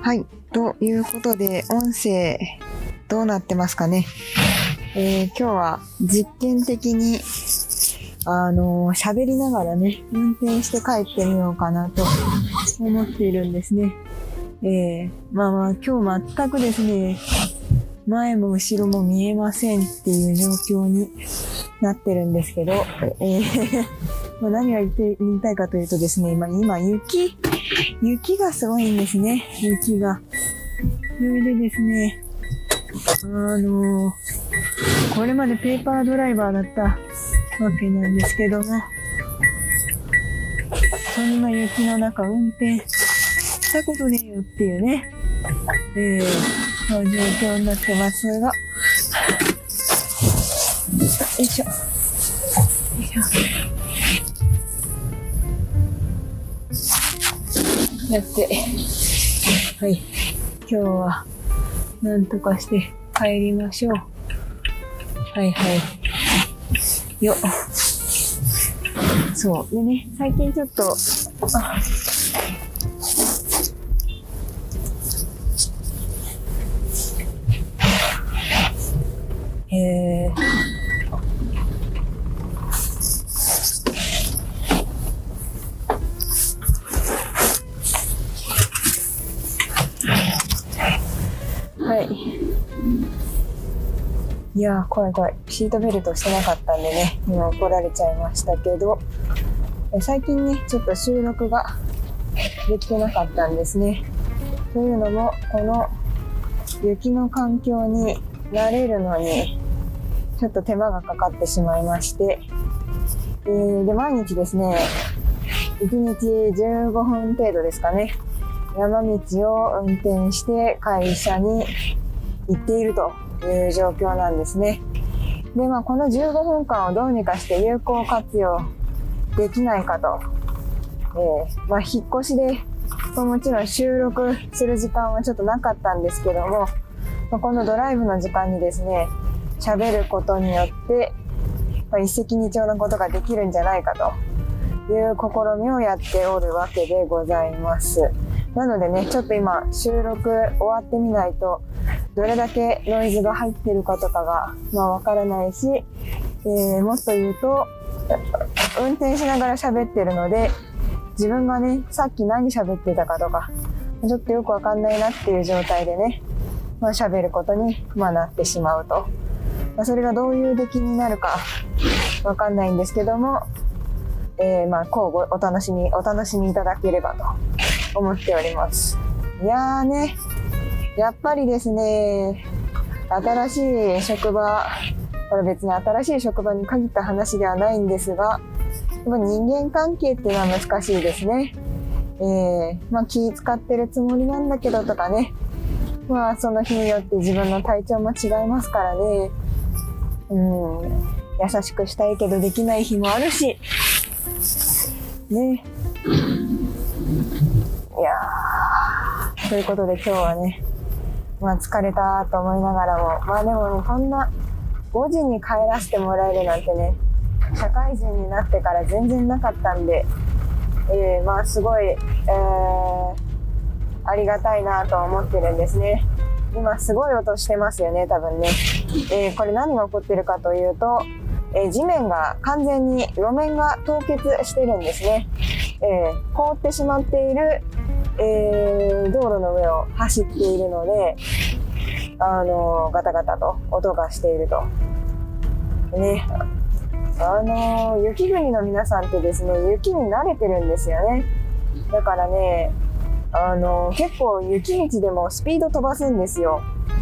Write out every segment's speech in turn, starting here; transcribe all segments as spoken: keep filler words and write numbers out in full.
はい。ということで、音声どうなってますかね。えー、今日は実験的に、あのー、喋りながらね、運転して帰ってみようかなと思っているんですね。えー、まあまあ今日全くですね、前も後ろも見えませんっていう状況になってるんですけど、えー、まあ何が言って言いたいかというとですね、今、今雪、雪がすごいんですね、雪が。それでですね、あのー、これまでペーパードライバーだったわけなんですけども、そんな雪の中運転したことねえよっていうね、えー、そういう状況になってますが、よいしょ。よいしょ。やって、はい。今日は、なんとかして帰りましょう。はいはい。よっ。そう。でね、最近ちょっと、あえー、はい。いやー、怖い怖い。シートベルトしてなかったんでね、今怒られちゃいましたけど、最近ね、ちょっと収録ができてなかったんですね。というのも、この雪の環境に慣れるのに、ちょっと手間がかかってしまいまして、えー、で、毎日ですね、いちにちじゅうごふん程度ですかね、山道を運転して会社に行っているという状況なんですね。で、まあ、このじゅうごふんかんをどうにかして有効活用できないかと。えー、まあ、引っ越しで、もちろん収録する時間はちょっとなかったんですけども、このドライブの時間にですね、喋ることによって、まあ、一石二鳥のことができるんじゃないかという試みをやっておるわけでございます。なのでね、ちょっと今収録終わってみないと、どれだけノイズが入ってるかとかが、まあわからないし、えー、もっと言うと、運転しながら喋ってるので、自分がね、さっき何喋ってたかとか、ちょっとよくわかんないなっていう状態でね、まあ喋ることに、まあ、なってしまうと。まあ、それがどういう出来になるかわかんないんですけども、えー、まあ、交互お楽しみ、お楽しみいただければと思っております。いやーね、やっぱりですね、新しい職場、これ別に新しい職場に限った話ではないんですが、やっぱ人間関係っていうのは難しいですね。えー、まあ気使ってるつもりなんだけどとかね、まあその日によって自分の体調も違いますからね、うん、優しくしたいけどできない日もあるし、ね。いやー、ということで今日はね、まあ疲れたと思いながらも、まあでもね、こんなごじに帰らせてもらえるなんてね、社会人になってから全然なかったんで、えー、まあすごい、えー、ありがたいなと思ってるんですね。今すごい音してますよね、多分ね。えー、これ何が起こってるかというと、えー、地面が完全に路面が凍結してるんですね。えー、凍ってしまっている、えー、道路の上を走っているので、あのー、ガタガタと音がしていると。ね。あのー、雪国の皆さんってですね、雪に慣れてるんですよね。だからね、あのー、結構雪道でもスピード飛ばすんですよ。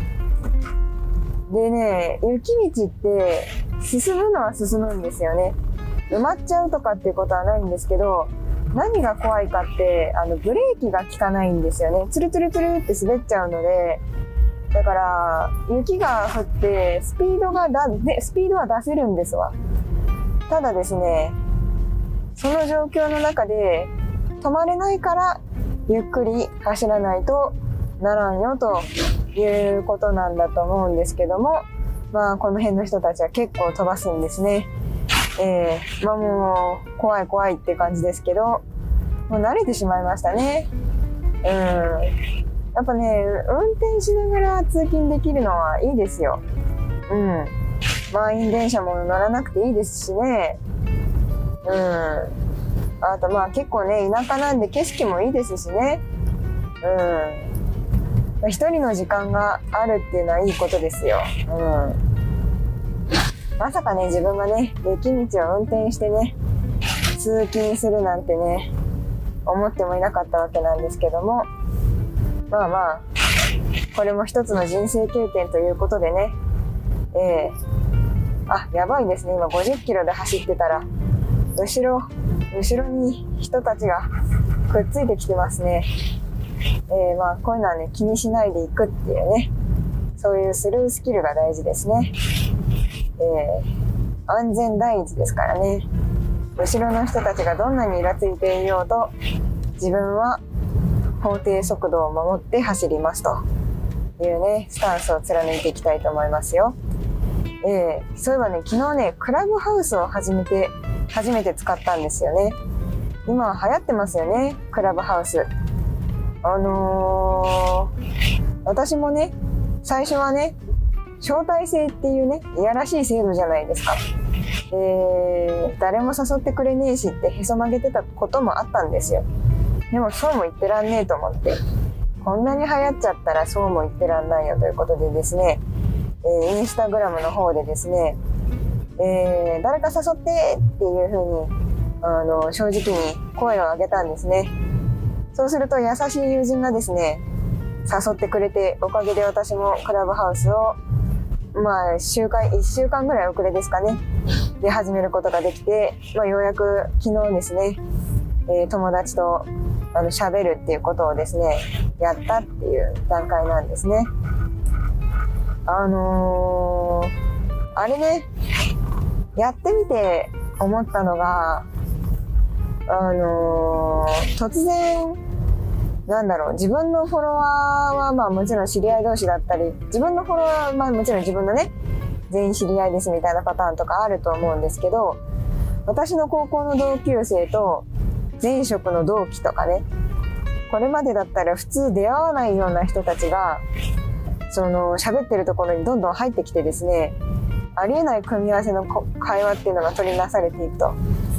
でね、雪道って進むのは進むんですよね。埋まっちゃうとかっていうことはないんですけど、何が怖いかって、あの、ブレーキが効かないんですよね。ツルツルツルって滑っちゃうので、だから、雪が降って、スピードがだ、で、スピードは出せるんですわ。ただですね、その状況の中で、止まれないから、ゆっくり走らないとならんよ、ということなんだと思うんですけども、まあ、この辺の人たちは結構飛ばすんですね。えー、まあもう、怖い怖いって感じですけど、もう慣れてしまいましたね。うん。 やっぱね、運転しながら通勤できるのはいいですよ。うん。満員電車も乗らなくていいですしね。うん。あとまあ結構ね、田舎なんで景色もいいですしね。うん。一人の時間があるっていうのはいいことですよ。うん。まさかね、自分がね、雪道を運転してね、通勤するなんてね、思ってもいなかったわけなんですけども、まあまあ、これも一つの人生経験ということでね、ええー、あ、やばいですね。今ごじゅっキロで走ってたら、後ろ、後ろに人たちがくっついてきてますね。えー、まあ、こういうのはね、気にしないでいくっていうね、そういうスルースキルが大事ですね。えー、安全第一ですからね。後ろの人たちがどんなにイラついていようと、自分は法定速度を守って走りますというね、スタンスを貫いていきたいと思いますよ。えー、そういえばね、昨日ね、クラブハウスを始めて、初めて使ったんですよね。今流行ってますよね、クラブハウス。あのー、私もね、最初はね、招待制っていうね、いやらしい制度じゃないですか。えー、誰も誘ってくれねえしってへそ曲げてたこともあったんですよ。でもそうも言ってらんねえと思って、こんなに流行っちゃったらそうも言ってらんないよということでですね、えー、インスタグラムの方でですね、えー、誰か誘ってっていう風にあの正直に声を上げたんですね。そうすると優しい友人がですね、誘ってくれて、おかげで私もクラブハウスをまあ週間いっしゅうかんぐらい遅れですかねで始めることができて、まあ、ようやく昨日ですね、えー、友達とあの喋るっていうことをですねやったっていう段階なんですね。あのー、あれね、やってみて思ったのが、あのー、突然なんだろう、自分のフォロワーはまあもちろん知り合い同士だったり、自分のフォロワーはまあもちろん自分のね全員知り合いですみたいなパターンとかあると思うんですけど、私の高校の同級生と前職の同期とかね、これまでだったら普通出会わないような人たちがその喋ってるところにどんどん入ってきてですね、ありえない組み合わせの会話っていうのが取りなされていくと。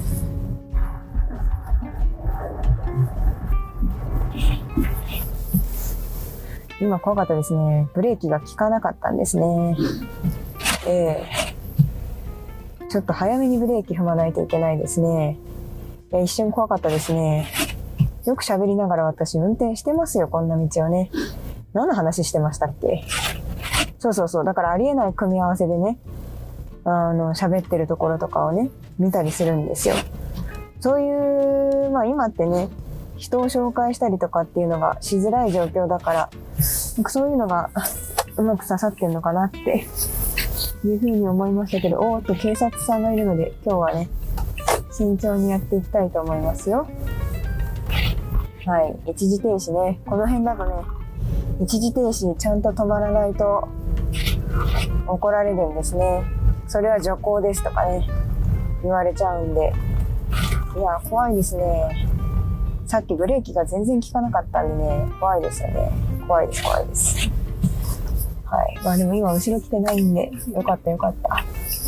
今怖かったですね。ブレーキが効かなかったんですね。えー、ちょっと早めにブレーキ踏まないといけないですね。いや、一瞬怖かったですね。よく喋りながら私運転してますよ、こんな道をね。何の話してましたっけ？そうそうそう。だからありえない組み合わせでね、あの、喋ってるところとかをね、見たりするんですよ。そういう、まあ今ってね、人を紹介したりとかっていうのがしづらい状況だから、そういうのがうまく刺さってんのかなっていうふうに思いましたけど、おーっと警察さんがいるので今日はね慎重にやっていきたいと思いますよ。はい、一時停止ね。この辺だとね、一時停止ちゃんと止まらないと怒られるんですね。それは徐行ですとかね言われちゃうんで、いや怖いですね。さっきブレーキが全然効かなかったんでね、怖いですよね。怖いです怖いです。はい。まあでも今後ろ来てないんで、よかったよかった。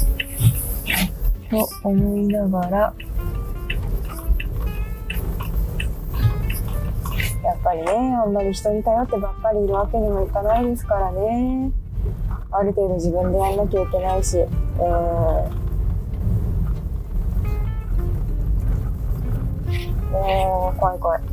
と思いながら、やっぱりね、あんまり人に頼ってばっかりいるわけにもいかないですからね。ある程度自分でやんなきゃいけないし、うーん。おー、怖い怖い。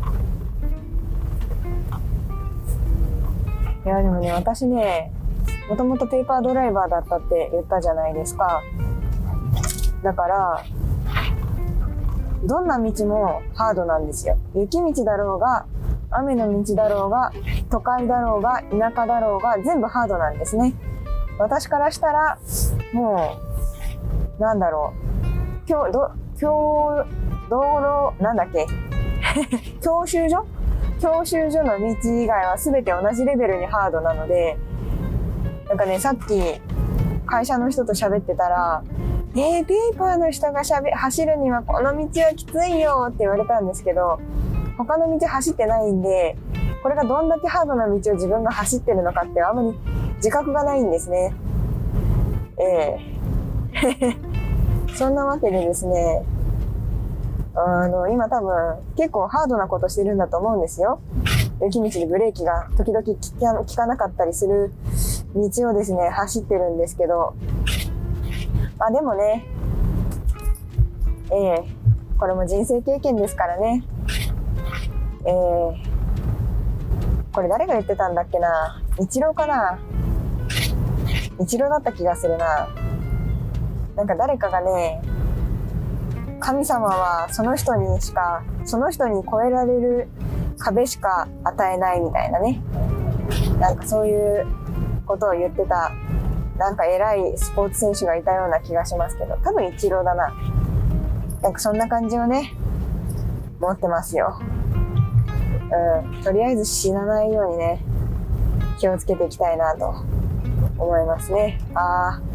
いやでもね、私ね、もともとペーパードライバーだったって言ったじゃないですか。だから、どんな道もハードなんですよ。雪道だろうが、雨の道だろうが、都会だろうが、田舎だろうが、全部ハードなんですね。私からしたら、もう、なんだろう。今日、ど、今日、道路、なんだっけ教習所教習所の道以外は全て同じレベルにハードなので、なんかね、さっき会社の人と喋ってたら、えー、ペーパーの人がしゃべ走るにはこの道はきついよって言われたんですけど、他の道走ってないんで、 これがどんだけハードな道を自分が走ってるのかってあんまり自覚がないんですね。ええそんなわけでですね、あの今多分結構ハードなことしてるんだと思うんですよ。雪道でブレーキが時々効か、効かなかったりする道をですね走ってるんですけど、まあでもね、ええこれも人生経験ですからね。ええこれ誰が言ってたんだっけな、イチローかな、イチローだった気がするな。なんか誰かがね、神様はその人にしか、その人に越えられる壁しか与えないみたいなね。なんかそういうことを言ってた、なんか偉いスポーツ選手がいたような気がしますけど、多分イチローだな。なんかそんな感じをね、持ってますよ。うん。とりあえず死なないようにね、気をつけていきたいなと思いますね。ああ。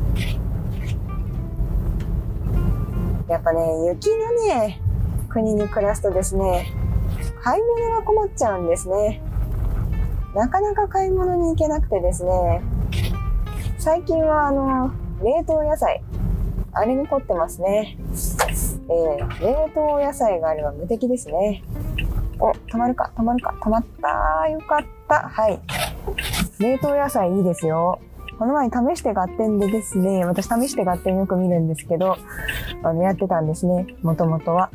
やっぱね、雪のね、国に暮らすとですね、買い物が困っちゃうんですね。なかなか買い物に行けなくてですね、最近はあの、冷凍野菜、あれに凝ってますね。えー、冷凍野菜があれば無敵ですね。お、止まるか、止まるか、止まった。よかった。はい。冷凍野菜いいですよ。この前試して合点でですね、私試して合点よく見るんですけど、あの、やってたんですね、もともとは。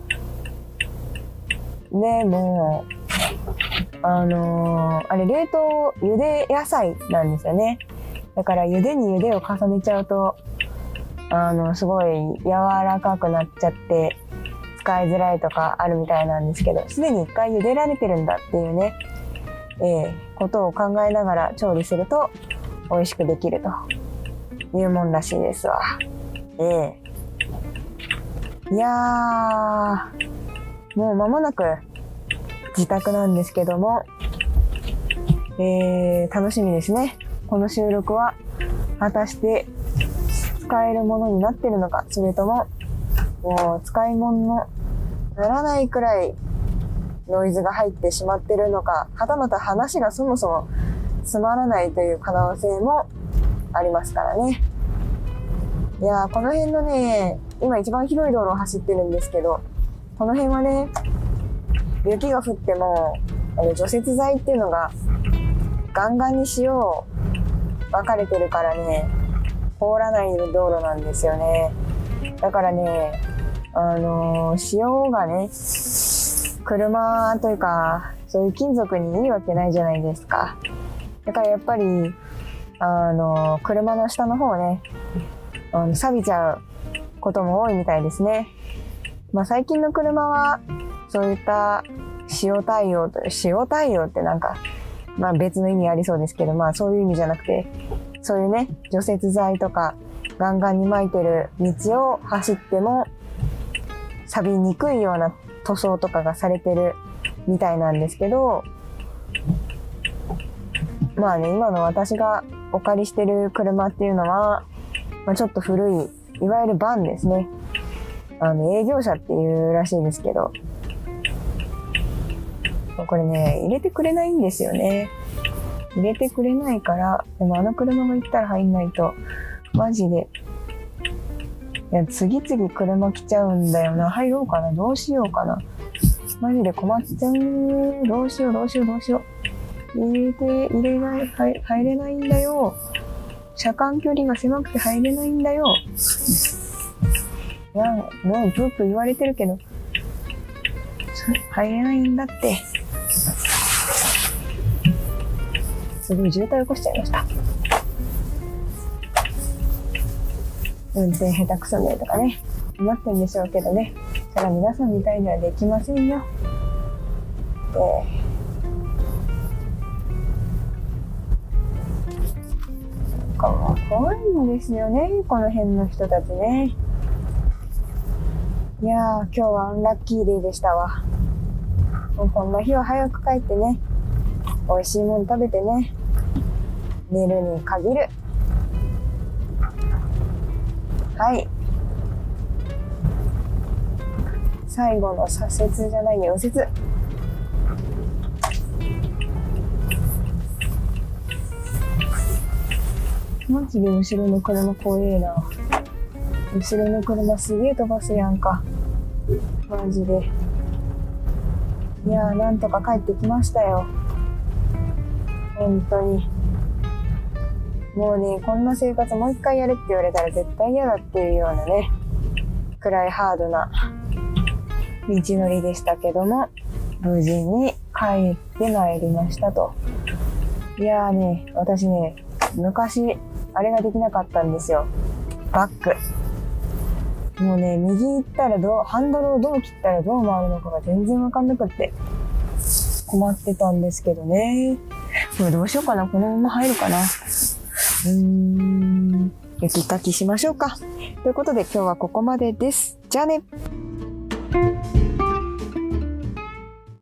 でも、あのー、あれ冷凍茹で野菜なんですよね。だから茹でに茹でを重ねちゃうと、あの、すごい柔らかくなっちゃって、使いづらいとかあるみたいなんですけど、すでに一回茹でられてるんだっていうね、えー、ことを考えながら調理すると美味しくできるというもんらしいですわ。えー、いやー、もう間もなく自宅なんですけども、えー、楽しみですね。この収録は果たして使えるものになってるのか、それとももう使い物のならないくらいノイズが入ってしまってるのか、はたまた話がそもそもつまらないという可能性もありますからね。いやー、この辺のね、今一番広い道路を走ってるんですけど、この辺はね、雪が降ってもあの除雪剤っていうのがガンガンに塩を分かれてるからね、通らない道路なんですよね。だからね、あのー、塩がね、車というか、そういう金属にいいわけないじゃないですか。だからやっぱり、あのー、車の下の方ね、あの、錆びちゃうことも多いみたいですね。まあ最近の車は、そういった塩対応と、塩対応ってなんか、まあ別の意味ありそうですけど、まあそういう意味じゃなくて、そういうね、除雪剤とかガンガンに撒いてる道を走っても錆びにくいような塗装とかがされてるみたいなんですけど、まあね、今の私がお借りしてる車っていうのは、まあ、ちょっと古い、いわゆるバンですね。あの、営業車っていうらしいですけど、これね、入れてくれないんですよね。入れてくれないから、でもあの車が行ったら入んないと、マジで、いや、次々車来ちゃうんだよな。入ろうかな。どうしようかな。マジで困っちゃう。どうしよう、どうしよう、どうしよう。入れて、入れない、入、入れないんだよ。車間距離が狭くて入れないんだよ。いや、もうブープー言われてるけど、入れないんだって。すごい渋滞起こしちゃいました。運転下手くそねとかね、思ってるんでしょうけどね。それは皆さんみたいにはできませんよ。なんかもう怖いんですよね、この辺の人たちね。いやー、今日はアンラッキーデーでしたわ。もうこんな日は早く帰ってね、美味しいもの食べてね、寝るに限る。はい。最後の左折じゃないよ、右折。 マジで後ろの車怖えな。後ろの車すげえ飛ばすやんか。マジで。いやー、なんとか帰ってきましたよ。本当に。もうね、こんな生活もう一回やれって言われたら絶対嫌だっていうようなね、暗いハードな道のりでしたけども、無事に帰ってまいりましたと。いやーね、私ね、昔あれができなかったんですよ。バック。もうね、右行ったらどう、ハンドルをどう切ったらどう回るのかが全然わかんなくって困ってたんですけどね。これどうしようかな、このまま入るかな。うーん、雪かきしましょうか。ということで今日はここまでです。じゃあね。